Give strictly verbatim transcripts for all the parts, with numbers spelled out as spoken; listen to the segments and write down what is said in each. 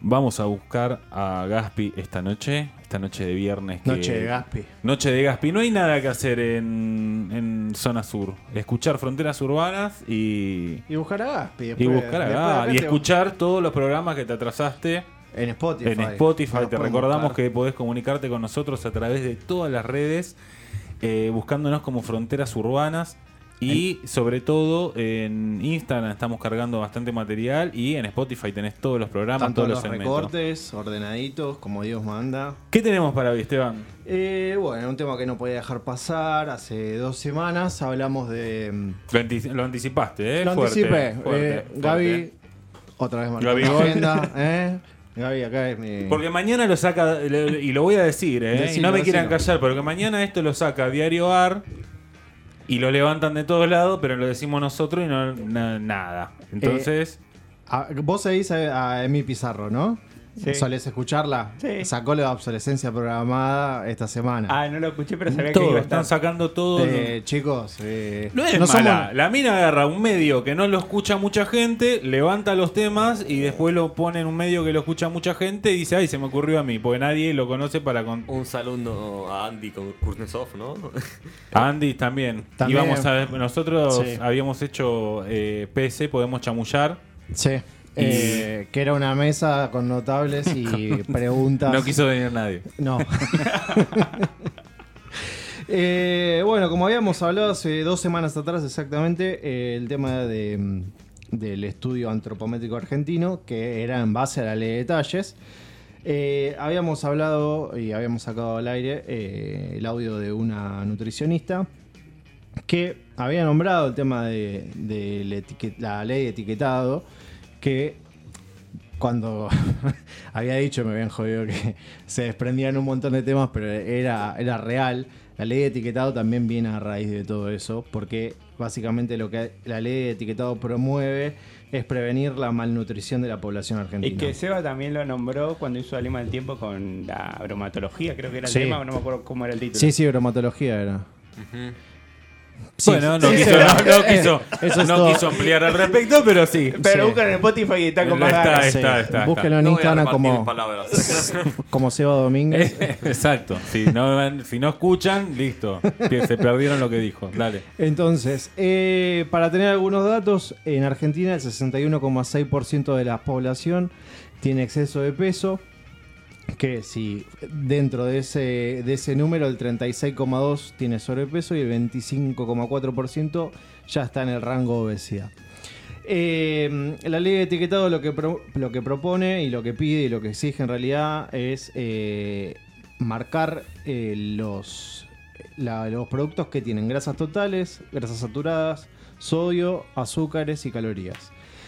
Vamos a buscar a Gaspi esta noche, esta noche de viernes. Que... Noche de Gaspi. Noche de Gaspi. No hay nada que hacer en, en zona sur. Escuchar Fronteras Urbanas y... Y buscar a Gaspi. Después, y buscar a Gaspi. Y escuchar todos los programas que te atrasaste. En Spotify. En Spotify. Nos Te pueden recordamos buscar. que podés comunicarte con nosotros a través de todas las redes, eh, buscándonos como Fronteras Urbanas. Y sobre todo en Instagram estamos cargando bastante material y en Spotify tenés todos los programas, Están todos todos los los segmentos. recortes, ordenaditos, como Dios manda. ¿Qué tenemos para hoy, Esteban? Eh, bueno, un tema que no podía dejar pasar. Hace dos semanas hablamos de... Lo, antici- lo anticipaste, ¿eh? Lo Fuerte, anticipé. fuerte, Eh, fuerte. Gaby, otra vez marcó Gaby la Gol. agenda. ¿eh? Gaby, acá es mi... Porque mañana lo saca, le- y lo voy a decir, ¿eh? Decilo, y no me decilo. quieran callar, porque mañana esto lo saca Diario A R y lo levantan de todos lados, pero lo decimos nosotros y no na- nada. Entonces, Ah, vos seguís a, a Emi Pizarro, ¿no? Sí. ¿Solés escucharla? Sí. Sacó la obsolescencia programada esta semana. Ah, no lo escuché, pero sabía que todo, iba a están estar. sacando todo. Eh, chicos, eh, No es no mala. somos- La mina agarra un medio que no lo escucha mucha gente, levanta los temas y después lo pone en un medio que lo escucha mucha gente y dice, ay, se me ocurrió a mí, porque nadie lo conoce para con... Un saludo a Andy con Kuznetsov, ¿no? A Andy también. También. Íbamos a, nosotros Sí. habíamos hecho eh, P C, podemos chamullar. Sí. Eh, que era una mesa con notables y preguntas. No quiso venir nadie. No. Eh, bueno, como habíamos hablado hace dos semanas atrás exactamente, eh, el tema de, mm, del estudio antropométrico argentino, que era en base a la ley de detalles. Eh, habíamos hablado y habíamos sacado al aire eh, el audio de una nutricionista que había nombrado el tema de, de la, etiquet- la ley de etiquetado, que cuando había dicho, me habían jodido que se desprendían un montón de temas, pero era, era real. La ley de etiquetado también viene a raíz de todo eso, porque básicamente lo que la ley de etiquetado promueve es prevenir la malnutrición de la población argentina. Y que Seba también lo nombró cuando hizo la lima del tiempo con la bromatología, creo que era el Sí. tema, o no me acuerdo cómo era el título. Sí, sí, bromatología era. Bueno, no, sí, quiso, sí, no, sí. no quiso, Eso es no todo. quiso ampliar al respecto, pero sí. Pero Sí. buscan en Spotify y está con más Está, ganas. está, está. Búsquenlo en No voy a Instagram repartir como, palabras. como Seba Domínguez. Exacto. Si no, si no escuchan, listo. Se perdieron lo que dijo. Dale. Entonces, eh, para tener algunos datos, en Argentina el sesenta y uno coma seis por ciento de la población tiene exceso de peso, que si dentro de ese, de ese número el treinta y seis coma dos por ciento tiene sobrepeso y el veinticinco coma cuatro por ciento ya está en el rango de obesidad. Eh, la ley de etiquetado lo que, pro- lo que propone y lo que pide y lo que exige en realidad es eh, marcar eh, los, la- los productos que tienen grasas totales, grasas saturadas, sodio, azúcares y calorías.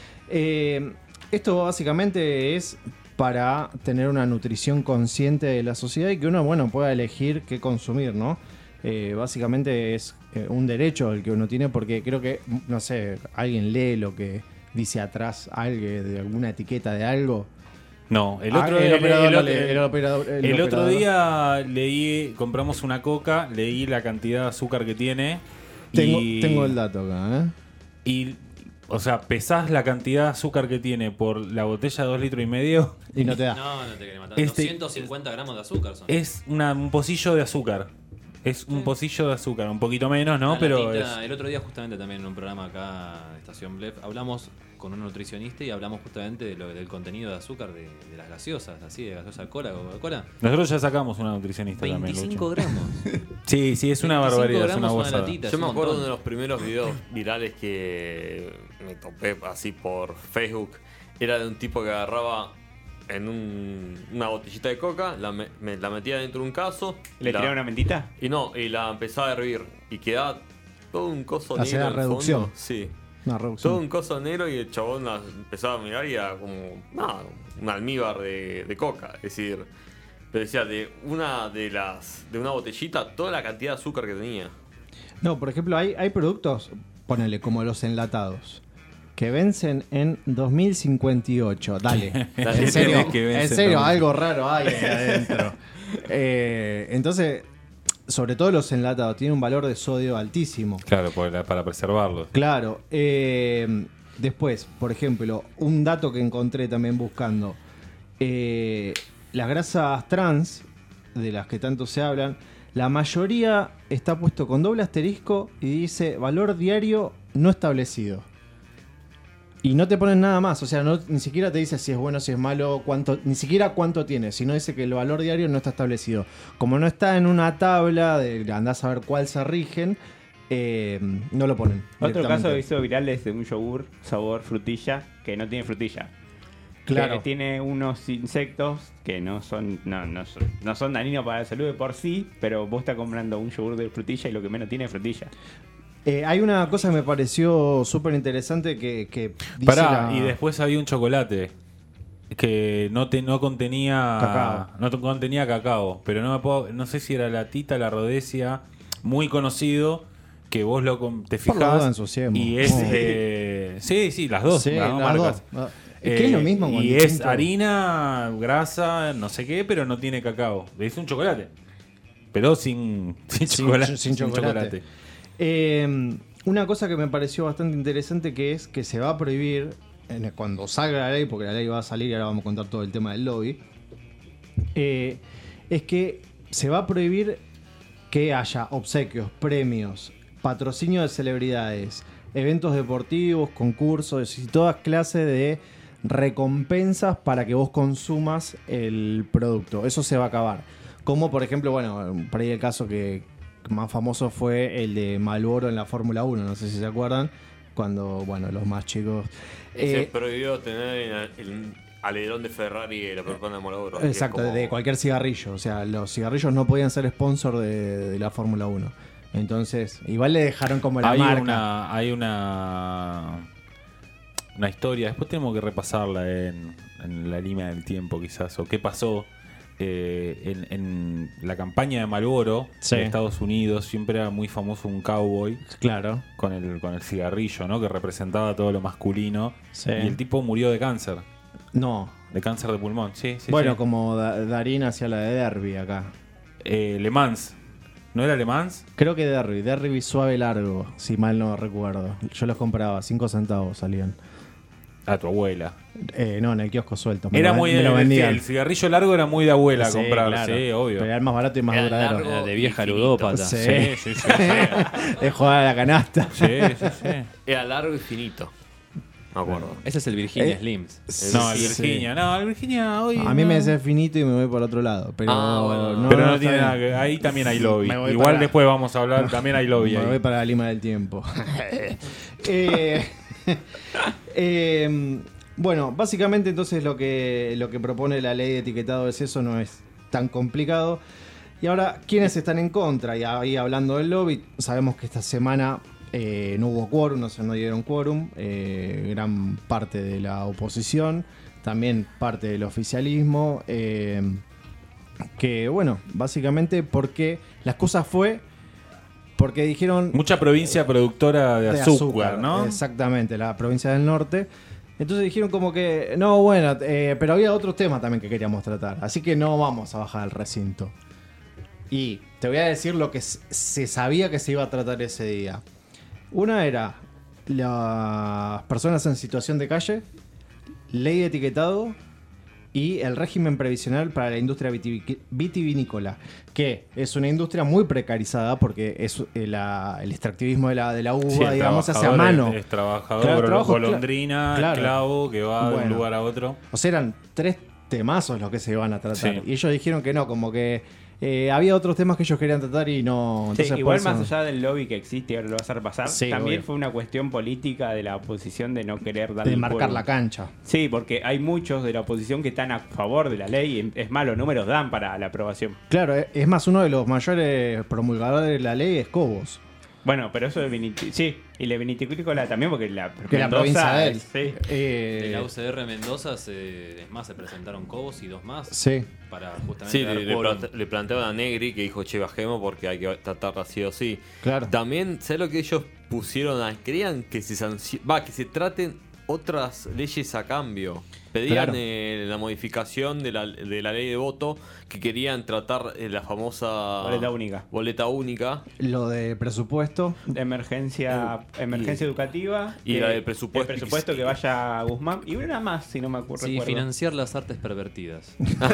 Eh, esto básicamente es para tener una nutrición consciente de la sociedad y que uno, bueno, pueda elegir qué consumir, ¿no? Eh, básicamente es eh, un derecho el que uno tiene porque creo que, no sé, alguien lee lo que dice atrás alguien de alguna etiqueta de algo. No, el Ah, otro, el el- operador el- lo el- lee, el operador- el el otro operador. día leí, compramos una coca, leí la cantidad de azúcar que tiene. Tengo, y, tengo el dato acá, ¿eh? Y, o sea, pesás la cantidad de azúcar que tiene por la botella de dos litros y medio. Y no te da. No, no te querés matar. Este- doscientos cincuenta gramos de azúcar son. Es una- un pocillo de azúcar. Es un pocillo de azúcar, un poquito menos, ¿no? Una Pero latita. es- El otro día justamente también en un programa acá de Estación Blef hablamos con un nutricionista y hablamos justamente de lo- del contenido de azúcar de, de las gaseosas, así de gaseosa cola o Coca-Cola. nosotros ya sacamos una nutricionista veinticinco también. Lucho. gramos. Sí, sí, es una veinticinco barbaridad, es una gramos una gozada. latita. Yo es me un acuerdo de montón. uno de los primeros videos virales que me topé así por Facebook. Era de un tipo que agarraba en un- una botellita de coca, la, me- me- la metía dentro de un caso. ¿Le la- tiraron una mentita? Y no, y la empezaba a hervir. Y quedaba todo un coso Hacía negro. la en el reducción. fondo. Sí. Una reducción. Todo un coso negro y el chabón la empezaba a mirar y era como nada, un almíbar de, de coca. Es decir, pero decía, de una de las de una botellita, toda la cantidad de azúcar que tenía. No, por ejemplo, hay, hay productos, ponele, como los enlatados, que vencen en dos mil cincuenta y ocho. Dale. Dale, en serio, tenés que vencer en serio también. algo raro hay ahí adentro. Eh, entonces, sobre todo los enlatados, tienen un valor de sodio altísimo. Claro, por la- para preservarlos. Claro. eh, después, por ejemplo, un dato que encontré también buscando. eh, las grasas trans, de las que tanto se hablan, la mayoría está puesto con doble asterisco y dice valor diario no establecido. Y no te ponen nada más, o sea, no, ni siquiera te dice si es bueno, si es malo, cuánto, ni siquiera cuánto tiene, sino dice que el valor diario no está establecido. Como no está en una tabla, de andás a ver cuál se rigen, eh, no lo ponen. Otro caso que hizo viral es de un yogur sabor frutilla que no tiene frutilla. Claro. Que tiene unos insectos que no son, no, no son, no son dañinos para la salud de por sí, pero vos estás comprando un yogur de frutilla y lo que menos tiene es frutilla. Eh, hay una cosa que me pareció súper interesante que, que dice Pará, la- y después había un chocolate que no te no contenía Cacao. no te- contenía cacao, pero no me puedo, no sé si era la Tita, la Rhodesia, muy conocido, que vos lo com- te Por la duda fijás ensuciemos. y es Oh. eh, sí, sí, las dos, Sí, las dos las marcas. dos. Es que es lo mismo con y es distinto- harina, grasa, no sé qué, pero no tiene cacao. Es un chocolate. Pero sin, sin, Sin- chocolate. sin chocolate. Eh, una cosa que me pareció bastante interesante que es que se va a prohibir en- cuando salga la ley, porque la ley va a salir y ahora vamos a contar todo el tema del lobby, eh, es que se va a prohibir que haya obsequios, premios, patrocinio de celebridades, eventos deportivos, concursos y todas clases de recompensas para que vos consumas el producto. Eso se va a acabar. Como por ejemplo, bueno, por ahí el caso que más famoso fue el de Malboro en la Fórmula uno, no sé si se acuerdan, cuando, bueno, los más chicos... Se eh, prohibió tener el, el alerón de Ferrari y la propaganda de Marlboro. que es Exacto, como- de cualquier cigarrillo. O sea, los cigarrillos no podían ser sponsor de, de la Fórmula uno. Entonces, igual le dejaron como la hay marca. una hay una una historia, después tenemos que repasarla en, en la línea del tiempo quizás, o qué pasó eh, en, en la campaña de Marlboro Sí. de Estados Unidos. Siempre era muy famoso un cowboy Claro. con el con el cigarrillo, ¿no? Que representaba todo lo masculino. Sí. Y el tipo murió de cáncer, No. de cáncer de pulmón. Sí, sí, bueno, sí. como Da- Darín hacía la de Derby acá. Eh, Le Mans. ¿No era Le Mans? Creo que Derby. Derby suave largo, si mal no recuerdo. Yo los compraba, cinco centavos salían. A tu abuela. Eh, no, en el kiosco suelto. Me Era lo, muy me lo el, vendían. el cigarrillo largo era muy de abuela Sí, comprar, claro. sí, obvio. Pero era más barato y más Era duradero. largo. Era de vieja Infinito. ludópata. Sí. Sí, sí, sí, sí. Es jugar a la canasta. Sí, sí, sí. Era largo y finito. Me acuerdo. Ese es el Virginia Eh, Slims. No, el Sí. Virginia, no, el Virginia hoy. A mí no. me decía finito y me voy por otro lado. Pero Ah, bueno, no. Pero no, está tiene bien. nada que ahí también hay lobby. Me voy Igual para- después vamos a hablar, también hay lobby Me ahí. voy para la Lima del Tiempo. Eh, eh, bueno, básicamente entonces lo que, lo que propone la ley de etiquetado es eso, no es tan complicado. Y ahora, ¿quiénes están en contra? Y ahí hablando del lobby, sabemos que esta semana eh, no hubo quórum, o sea, no dieron quórum. Eh, gran parte de la oposición, también parte del oficialismo. eh, que bueno, básicamente porque la excusa fue porque dijeron Mucha provincia productora de, de azúcar, ¿no? Exactamente, la provincia del norte. Entonces dijeron como que, no, bueno, eh, pero había otros temas también que queríamos tratar. Así que no vamos a bajar al recinto. Y te voy a decir lo que s- se sabía que se iba a tratar ese día. Una era las personas en situación de calle, ley de etiquetado y el régimen previsional para la industria vitivi- vitivinícola, que es una industria muy precarizada porque es eh, la- el extractivismo de la, de la uva, Sí, el digamos, se hace a trabajador mano. Es, es trabajador, Claro, golo- trabajo, golondrina, claro. esclavo, que va de un Bueno. lugar a otro. O sea, eran tres temazos los que se iban a tratar. Sí. Y ellos dijeron que no, como que eh, había otros temas que ellos querían tratar y no. Sí, Entonces, por igual eso- más allá del lobby que existe y ahora lo vas a repasar, Sí, también obvio. fue una cuestión política de la oposición de no querer dar de el marcar quórum. la cancha. Sí, porque hay muchos de la oposición que están a favor de la ley y es más, los números dan para la aprobación. Claro, eh, es más, uno de los mayores promulgadores de la ley es Cobos. Bueno, pero eso de viniti sí, y la vitivinícola también porque la, Que la Mendoza provincia de él. es- sí. Eh, De la U C R Mendoza, se, es más, se presentaron Cobos y dos más sí. para justamente Sí, dar le, le quórum. plante- le planteaban a Negri que dijo, che, bajemos porque hay que tratarla así o sí. Claro. También, ¿sabes lo que ellos pusieron? A, querían que se sancio- va, que se traten otras leyes a cambio. Pedían Claro. eh, la modificación de la, de la ley de voto, que querían tratar eh, la famosa Boleta única. boleta única Lo de presupuesto. De emergencia, emergencia y- educativa. y que- la del presupuesto. El presupuesto que vaya a Guzmán. Y una más, si no me acuerdo. Sí, recuerdo. financiar las artes pervertidas.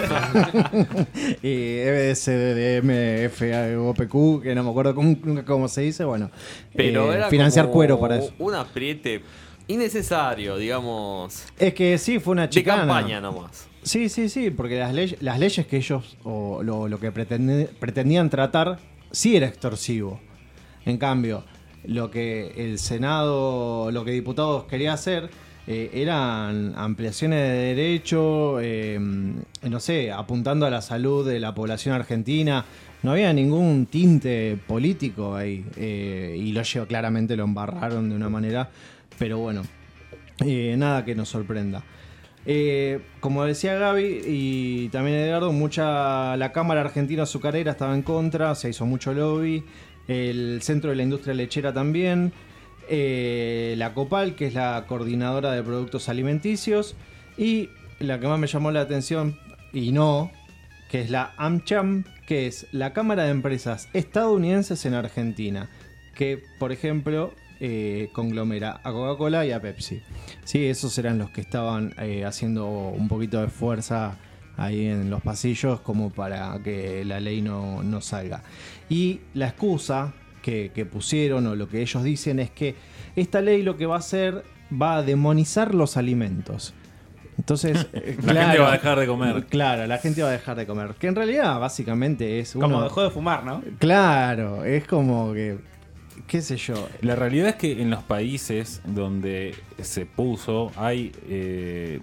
Y E B S D M F O P Q, que no me acuerdo cómo, nunca cómo se dice, bueno. Pero eh, era financiar como cuero para eso. un apriete innecesario, digamos, Es que sí, fue una de chicana. campaña nomás. Sí, sí, sí, porque las, ley- las leyes que ellos, o lo, lo que pretende- pretendían tratar, sí era extorsivo. En cambio, lo que el Senado, lo que diputados quería hacer, eh, eran ampliaciones de derecho, eh, no sé, apuntando a la salud de la población argentina. No había ningún tinte político ahí. eh, y lo llevo, claramente lo embarraron de una manera. Pero bueno, eh, nada que nos sorprenda. Eh, como decía Gaby y también Edgardo, mucha la Cámara Argentina Azucarera estaba en contra, se hizo mucho lobby. El Centro de la Industria Lechera también. eh, la COPAL, que es la Coordinadora de Productos Alimenticios. Y la que más me llamó la atención, y no, que es la AmCham, que es la Cámara de Empresas Estadounidenses en Argentina. Que, por ejemplo, eh, conglomera a Coca-Cola y a Pepsi. Sí, esos eran los que estaban eh, haciendo un poquito de fuerza ahí en los pasillos como para que la ley no, no salga. Y la excusa que, que pusieron, o lo que ellos dicen, es que esta ley lo que va a hacer va a demonizar los alimentos. Entonces, eh, La gente va a dejar de comer. Claro, la gente va a dejar de comer. Que en realidad básicamente es Como uno- dejó de fumar, ¿no? Claro, es como que, qué sé yo. La realidad es que en los países donde se puso hay eh,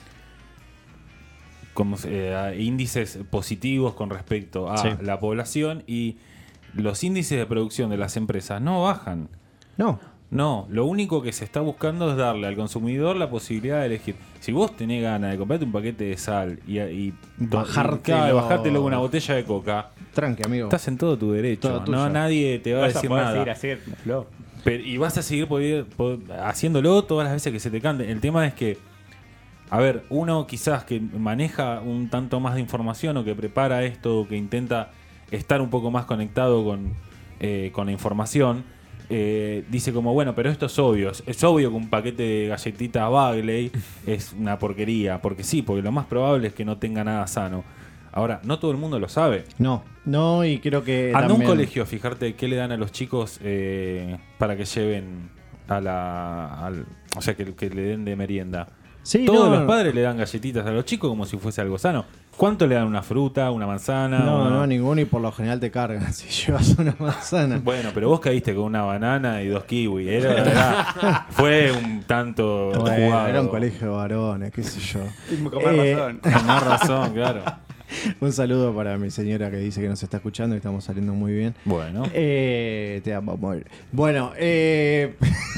como se- eh, hay índices positivos con respecto a Sí. la población, y los índices de producción de las empresas no bajan. No, No, lo único que se está buscando es darle al consumidor la posibilidad de elegir. Si vos tenés ganas de comprarte un paquete de sal y, y Bajártelo. y, claro, bajártelo con una botella de coca, tranqui, amigo. estás en todo tu derecho. Todo tuyo. No, nadie te va a Vas a decir poder nada. seguir haciéndolo. Pero- y vas a seguir poder- poder- haciéndolo todas las veces que se te cante. El tema es que, a ver, uno quizás que maneja un tanto más de información, o que prepara esto, o que intenta estar un poco más conectado con, eh, con la información, eh, dice como, bueno, pero esto es obvio. Es, es obvio que un paquete de galletitas Bagley es una porquería. Porque sí, porque lo más probable es que no tenga nada sano. Ahora, no todo el mundo lo sabe. No, no, y creo que. Anda a un también- colegio, fíjate qué le dan a los chicos eh, para que lleven a la. al- o sea, que, que le den de merienda. Sí, Todos no, los padres le dan galletitas a los chicos como si fuese algo sano. ¿Cuánto le dan? ¿Una fruta? ¿Una manzana? No, una- no, ninguno, y por lo general te cargan si llevas una manzana. Bueno, pero vos caíste con una banana y dos kiwis. Era, era- fue un tanto Bueno, jugado. era un colegio de varones, qué sé yo. Con más Eh, razón. Con más razón, claro. Un saludo para mi señora que dice que nos está escuchando y estamos saliendo muy bien. Bueno. Eh, te amo, amor. Bueno, eh...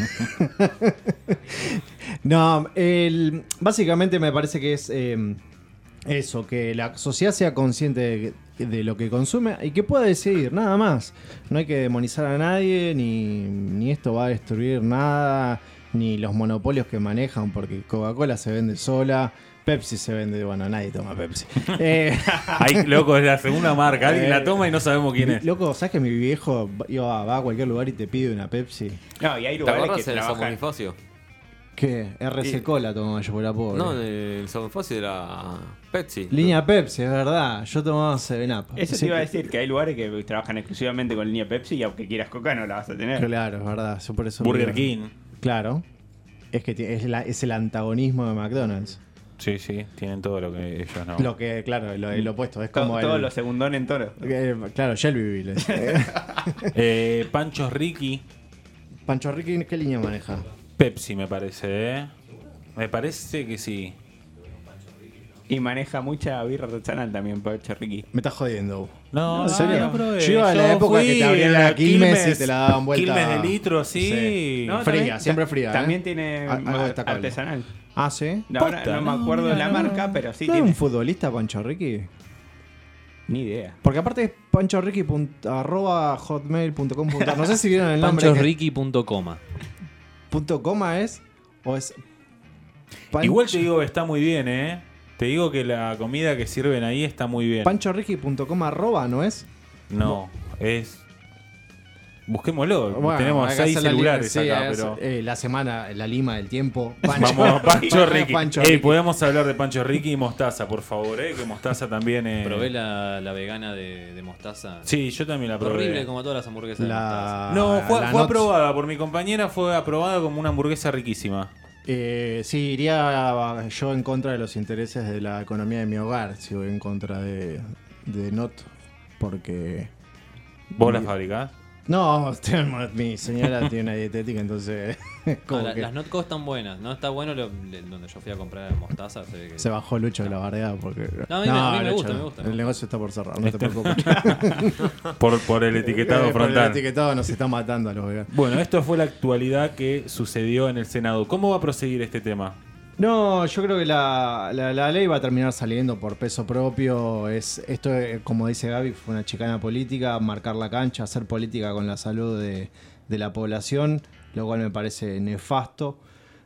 no, el- básicamente me parece que es eh, eso, que la sociedad sea consciente de, de lo que consume y que pueda decidir, nada más. No hay que demonizar a nadie, ni, ni esto va a destruir nada, ni los monopolios que manejan, porque Coca-Cola se vende sola. Pepsi se vende, bueno, nadie toma Pepsi. Eh, Ahí, loco, es la segunda marca. Alguien Eh, la toma y no sabemos quién es. Loco, ¿sabes que mi viejo iba, va a cualquier lugar y te pide una Pepsi? No, y hay ¿Te lugares que acuerdas en el San trabajan. Bonifacio? ¿Qué? R C Y- Cola tomaba yo por la pobre. No, en el San Bonifacio era Pepsi. Línea Pepsi, es verdad. Yo tomaba seven up. Eso Sí, te iba a decir, que hay lugares que trabajan exclusivamente con línea Pepsi y aunque quieras Coca no la vas a tener. Claro, es verdad. Yo por eso Burger digo. King. Claro. Es que ti- es, la- es el antagonismo de McDonald's. Sí, sí, tienen todo lo que ellos no. Lo que, claro, lo, el opuesto. Es To- como Todos el, los segundones en toro. eh, claro, Shelbyville. Eh, Panchos Ricky. Pancho Ricky, ¿qué línea maneja? Pepsi, me parece, ¿eh? Me parece que sí. Y maneja mucha birra artesanal también, Pancho Ricky. Me estás jodiendo. No, ¿En serio? no probé. Yo iba a la época que te abrían a la Quilmes y te la daban vuelta. Quilmes de litro, sí. Sí. No, Fría, también- siempre fría, ¿eh? También tiene A- algo ma- destacable. artesanal. Ah, ¿sí? No, ahora Posta, no no, me acuerdo mira, la no. marca, pero sí ¿No es tiene. un futbolista Pancho Ricky? Ni idea. Porque aparte es panchoricky punto- arroba hotmail punto com punto- No sé si vieron el nombre. que- Panchosricky punto com. punto coma es o es Pancho- Igual te digo que está muy bien, ¿eh? Te digo que la comida que sirven ahí está muy bien. panchoricky punto com arroba, ¿no es? No, es... Busquémoslo. Bueno, Tenemos hay que seis hacer la celulares lima, sí, acá, es, pero... eh, la semana, la lima del tiempo. Vamos, Pancho Ricky. Pancho Ey, Ricky. podemos hablar de Pancho Ricky y mostaza, por favor, ¿eh? Que mostaza también es... Probé la, la vegana de, de mostaza. Sí, yo también la probé. Horrible como todas las hamburguesas de mostaza. La, No, fue, la fue Knox. aprobada por mi compañera, fue aprobada como una hamburguesa riquísima. Eh, sí, iría yo en contra de los intereses de la economía de mi hogar, si voy en contra de, de Not, porque... ¿Vos la fabricás? No, mi señora tiene una dietética, entonces... No, como la- que las Notco están buenas. No está bueno lo- le- donde yo fui a comprar la mostaza. Se ve que se bajó Lucho de la bardeada porque... No, a mí me- a mí me Lucho, gusta, no. me gusta. El negocio está por cerrar, no te preocupes. Por, por el etiquetado Eh, por el frontal. etiquetado nos está matando a los veganos. Bueno, esto fue la actualidad que sucedió en el Senado. ¿Cómo va a proseguir este tema? No, yo creo que la, la, la ley va a terminar saliendo por peso propio. Es esto, eh, como dice Gaby, fue una chicana política, marcar la cancha, hacer política con la salud de, de la población, lo cual me parece nefasto.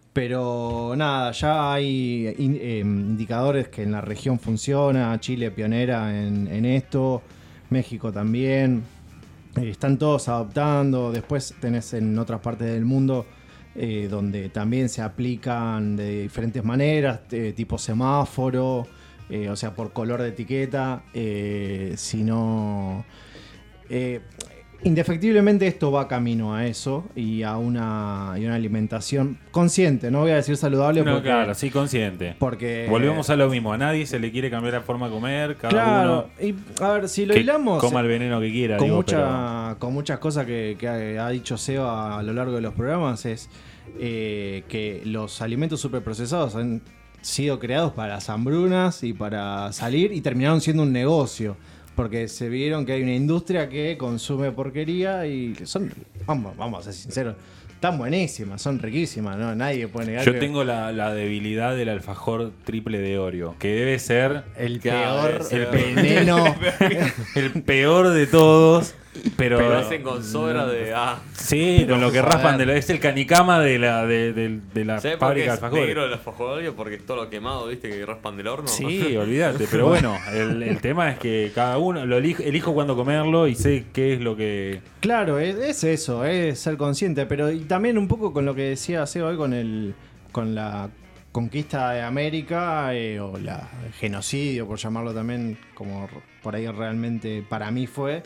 Pero nada, ya hay in- eh, indicadores que en la región funciona, Chile pionera en, en esto, México también. Eh, están todos adoptando. Después tenés en otras partes del mundo eh, donde también se aplican de diferentes maneras, eh, tipo semáforo, eh, o sea, por color de etiqueta, eh, sino... Eh, indefectiblemente esto va camino a eso y a una, y una alimentación consciente, no voy a decir saludable No, porque... claro, sí, consciente. porque Volvemos a lo mismo. A nadie se le quiere cambiar la forma de comer. Cada Claro, uno y a ver, si lo que hilamos... coma el veneno que quiera. con, digo, mucha, con muchas cosas que, que ha, ha dicho Seba a lo largo de los programas es eh, que los alimentos superprocesados han sido creados para las hambrunas y para salir y terminaron siendo un negocio porque se vieron que hay una industria que consume porquería y que son, vamos, vamos a ser sinceros, están buenísimas, son riquísimas, ¿no? Nadie puede negar Yo que tengo la, la debilidad del alfajor triple de Oreo, que debe ser el Claro, peor, ese- el veneno. el peor de todos. Pero, Pero hacen con sobra de. Ah, sí, con lo que joder. raspan de la, es el canicama de la de, de- de la ¿sabes por qué fábrica de es alfajores. negro el alfajor? Porque es todo lo quemado, ¿viste? Que raspan del horno. Sí, olvídate. Pero bueno, el, el tema es que cada uno lo elijo, elijo cuándo comerlo y sé qué es lo que. Claro, es, es eso, es ser consciente, pero y también un poco con lo que decía Seba hoy con el con la conquista de América eh, o la el genocidio, por llamarlo también, como r- por ahí realmente para mí fue.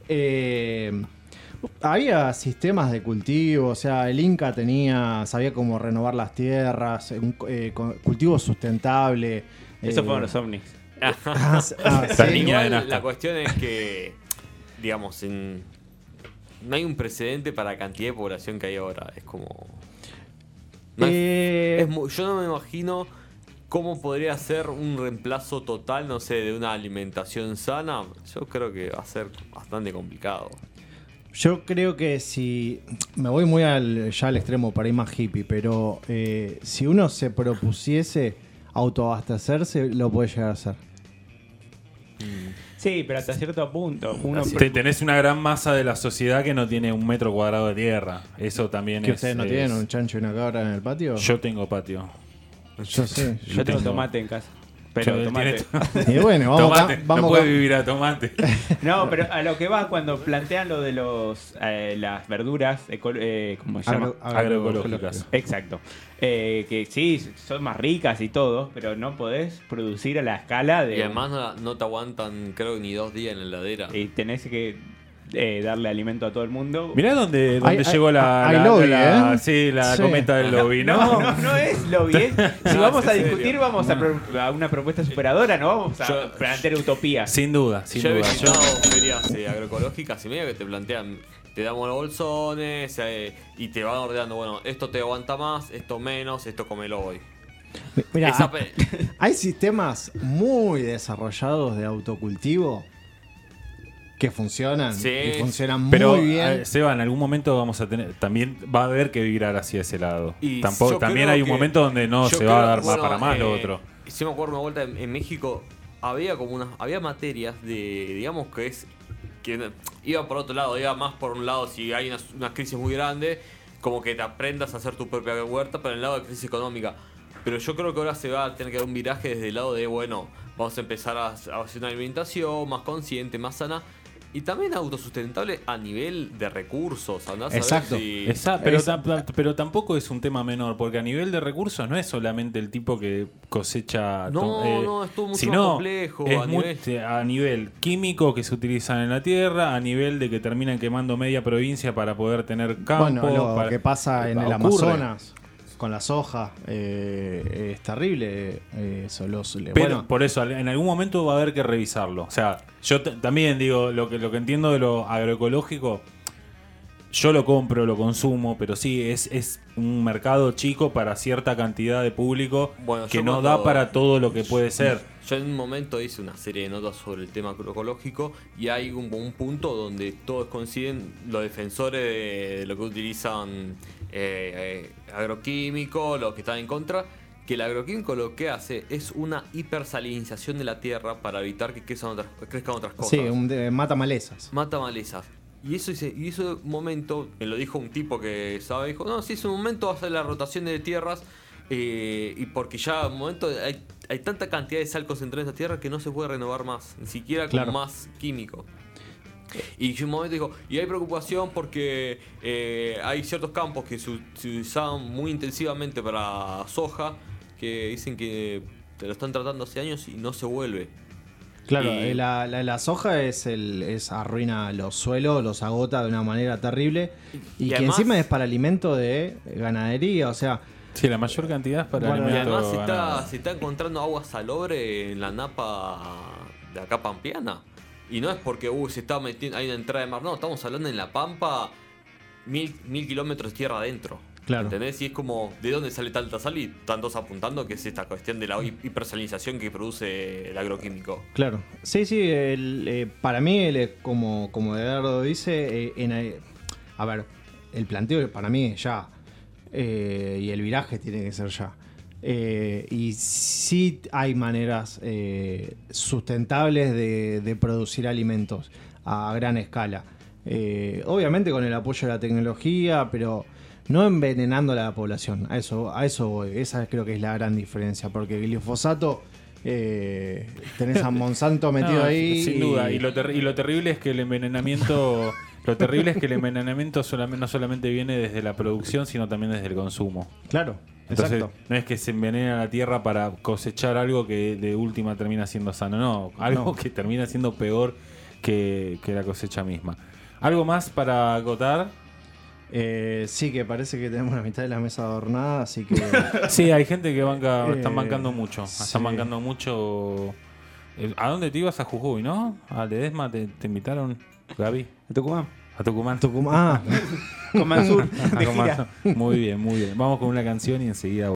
eh, había sistemas de cultivo, o sea, el Inca tenía, sabía cómo renovar las tierras, un eh, co- cultivo sustentable. Esos eh, fueron los ovnis. ah, ah, La sí. niña Igual de Nazca. la cuestión es que, digamos, en- no hay un precedente para la cantidad de población que hay ahora. Es como. no hay- Eh, es mu- yo no me imagino cómo podría ser un reemplazo total, no sé, de una alimentación sana. Yo creo que va a ser bastante complicado. Yo creo que si. Me voy muy al, ya al extremo para ir más hippie, pero eh, si uno se propusiese autoabastecerse, lo puede llegar a hacer. Sí, pero hasta cierto punto. Uno Te- tenés una gran masa de la sociedad que no tiene un metro cuadrado de tierra. Eso también ¿Que es. ustedes no es- tienen un chancho y una cabra en el patio? Yo tengo patio. Yo sí. Yo tengo tengo- tomate en casa. Pero Yo- tomate. tiene- Y bueno, vamos tomate, acá, vamos no puede acá. vivir a tomate. No, pero a lo que va cuando plantean lo de los eh, las verduras, eco- eh, ¿cómo se llama? Agro- Agroecológicas. Exacto. Eh, que sí, son más ricas y todo, pero no podés producir a la escala de... Y además no, no te aguantan, creo, ni dos días en la heladera. Y tenés que eh, darle alimento a todo el mundo. Mirá dónde, dónde Hay- llegó hay- la, hay la- lobby, la- ¿eh? sí, la Sí. cometa del lobby, ¿no? No, no, no es lo bien. Si No, vamos es a en discutir, serio. vamos a, pro- a una propuesta superadora, no vamos a Yo- plantear utopías. Sin duda, sin Yo he duda. Yo- visitado ferias eh, agroecológicas y medio que te plantean, te damos los bolsones eh, y te van ordenando, bueno, esto te aguanta más, esto menos, esto comelo hoy. Mira, Esa pe- hay sistemas muy desarrollados de autocultivo que funcionan Sí. y funcionan Pero, muy bien. eh, Seba, en algún momento vamos a tener. También va a haber que vibrar hacia ese lado. Y Tampoco, yo también creo hay un que- momento donde no yo se va a creo- dar más bueno, para más lo eh, otro. Sí me acuerdo una vuelta en, en México, había como unas, había materias de, digamos que es, que iba por otro lado, iba más por un lado si hay una, una crisis muy grande, como que te aprendas a hacer tu propia huerta, pero en el lado de crisis económica. Pero yo creo que ahora se va a tener que dar un viraje desde el lado de, bueno, vamos a empezar a, a hacer una alimentación más consciente, más sana. Y también autosustentable a nivel de recursos. Andás Exacto. a ver si... Exacto, pero, Es- tam- pero tampoco es un tema menor, porque a nivel de recursos no es solamente el tipo que cosecha. No, to- eh, no, es todo mucho sino más complejo, es a mu- nivel- a nivel químico que se utilizan en la tierra, a nivel de que terminan quemando media provincia para poder tener campo. Bueno, lo para- que pasa en el ocurre. Amazonas con la soja eh, es terrible. eh, eso, los- le- Pero bueno, por eso, al- en algún momento va a haber que revisarlo. O sea, yo t- también digo, lo que, lo que entiendo de lo agroecológico, yo lo compro, lo consumo, pero sí, es, es un mercado chico para cierta cantidad de público Bueno, que yo no cuando- da para todo lo que puede ser. Yo en un momento hice una serie de notas sobre el tema agroecológico y hay un, un punto donde todos coinciden, los defensores de, de lo que utilizan eh, eh, agroquímico, los que están en contra, que el agroquímico lo que hace es una hipersalinización de la tierra para evitar que crezcan otras, crezcan otras cosas. sí, un de- mata malezas. Mata malezas. Y eso hice, y ese momento, me lo dijo un tipo que sabe, dijo, no, si es un momento va a ser la rotación de tierras, eh, y porque ya un momento hay, hay tanta cantidad de sal concentrada en esa tierra que no se puede renovar más, ni siquiera con Claro. más químico. Y un momento dijo, y hay preocupación porque eh, hay ciertos campos que se, u- se usaban muy intensivamente para soja, que dicen que te lo están tratando hace años y no se vuelve. Claro, Y- eh, la, la, la soja es el es arruina los suelos, los agota de una manera terrible y, Y que además- encima es para alimento de ganadería, o sea, Sí, la mayor cantidad es para Bueno, Y alimento además se está, ganado. se está encontrando agua salobre en la napa de acá pampeana. Y no es porque uh, se está metiendo, hay una entrada de mar, no, estamos hablando en la pampa, mil, mil kilómetros de tierra adentro. Claro. ¿Entendés? Y es como, ¿de dónde sale tanta sal? Y tantos apuntando que es esta cuestión de la hi- hipersalinización que produce el agroquímico. claro. Sí, sí, el, eh, para mí, el, eh, como, como Eduardo dice, eh, en, eh, a ver, el planteo para mí es ya, eh, y el viraje tiene que ser ya. Eh, y sí hay maneras eh, sustentables de, de producir alimentos a gran escala. Eh, obviamente con el apoyo de la tecnología, pero no envenenando a la población. A eso, a eso voy. Esa creo que es la gran diferencia, porque el glifosato eh, tenés a Monsanto metido No, ahí. sin duda. Y lo, ter- y lo terrible es que el envenenamiento, lo terrible es que el envenenamiento solamente, no solamente viene desde la producción, sino también desde el consumo. Claro, Entonces, exacto. no es que se envenena la tierra para cosechar algo que de última termina siendo sano, no, algo No. que termina siendo peor que, que la cosecha misma. ¿Algo más para acotar? Eh, sí, que parece que tenemos la mitad de la mesa adornada, así que. Sí, hay gente que banca, Eh, están bancando mucho, sí. están bancando mucho. Eh, ¿A dónde te ibas? A Jujuy, ¿no? ¿A Ledesma te, te invitaron, Gaby? Tucumán. A Tucumán. Tucumán. Ah, Con Mansur, A de Tucumán. gira. Muy bien, muy bien. Vamos con una canción y enseguida